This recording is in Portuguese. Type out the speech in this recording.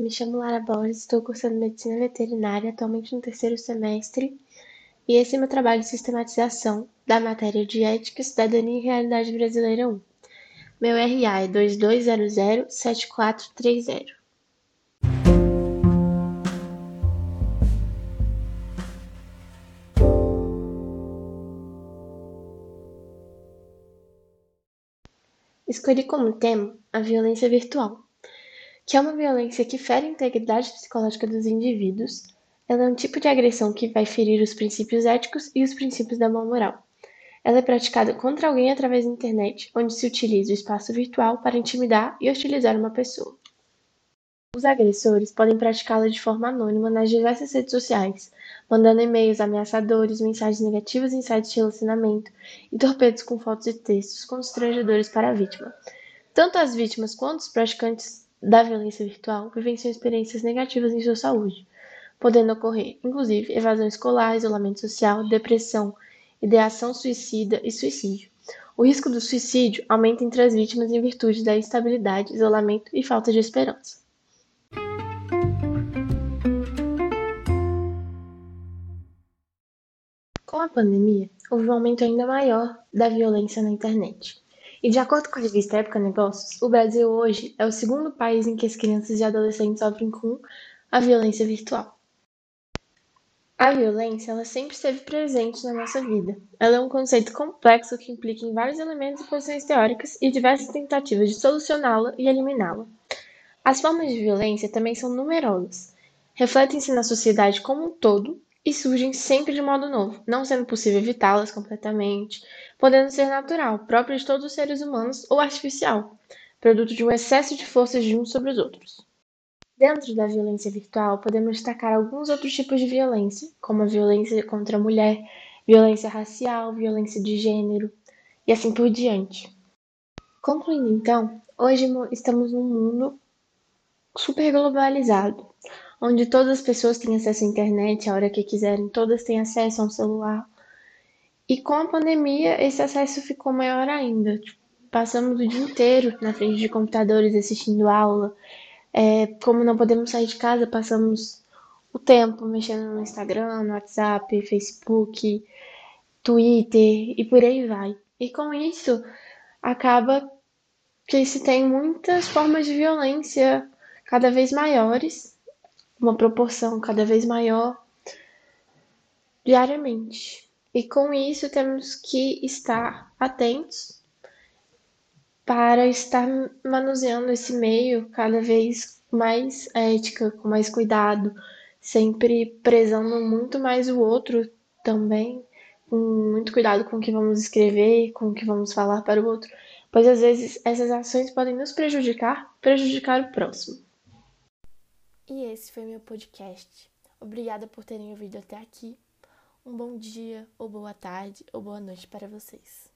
me chamo Lara Borges, estou cursando Medicina Veterinária, atualmente no terceiro semestre, e esse é meu trabalho de sistematização da matéria de Ética, Cidadania e Realidade Brasileira 1. Meu RA é 22007430. Escolhi como tema a violência virtual, que é uma violência que fere a integridade psicológica dos indivíduos. Ela é um tipo de agressão que vai ferir os princípios éticos e os princípios da boa moral. Ela é praticada contra alguém através da internet, onde se utiliza o espaço virtual para intimidar e hostilizar uma pessoa. Os agressores podem praticá-la de forma anônima nas diversas redes sociais, mandando e-mails ameaçadores, mensagens negativas em sites de relacionamento e torpedos com fotos e textos constrangedores para a vítima. Tanto as vítimas quanto os praticantes da violência virtual vivenciam experiências negativas em sua saúde, podendo ocorrer, inclusive, evasão escolar, isolamento social, depressão, ideação suicida e suicídio. O risco do suicídio aumenta entre as vítimas em virtude da instabilidade, isolamento e falta de esperança. Com a pandemia, houve um aumento ainda maior da violência na internet. E de acordo com a revista Época Negócios, o Brasil hoje é o segundo país em que as crianças e adolescentes sofrem com a violência virtual. A violência, ela sempre esteve presente na nossa vida. Ela é um conceito complexo que implica em vários elementos e posições teóricas e diversas tentativas de solucioná-la e eliminá-la. As formas de violência também são numerosas, refletem-se na sociedade como um todo e surgem sempre de modo novo, não sendo possível evitá-las completamente, podendo ser natural, próprio de todos os seres humanos ou artificial, produto de um excesso de forças de uns sobre os outros. Dentro da violência virtual, podemos destacar alguns outros tipos de violência, como a violência contra a mulher, violência racial, violência de gênero e assim por diante. Concluindo então, hoje estamos num mundo super globalizado, onde todas as pessoas têm acesso à internet a hora que quiserem, todas têm acesso a um celular. E com a pandemia, esse acesso ficou maior ainda. Tipo, passamos o dia inteiro na frente de computadores assistindo aula. Como não podemos sair de casa, passamos o tempo mexendo no Instagram, no WhatsApp, Facebook, Twitter e por aí vai. E com isso, acaba que se tem muitas formas de violência cada vez maiores, uma proporção cada vez maior diariamente. E com isso temos que estar atentos para estar manuseando esse meio cada vez mais ética, com mais cuidado, sempre prezando muito mais o outro também, com muito cuidado com o que vamos escrever, com o que vamos falar para o outro, pois às vezes essas ações podem nos prejudicar o próximo. E esse foi meu podcast. Obrigada por terem ouvido até aqui. Um bom dia, ou boa tarde, ou boa noite para vocês.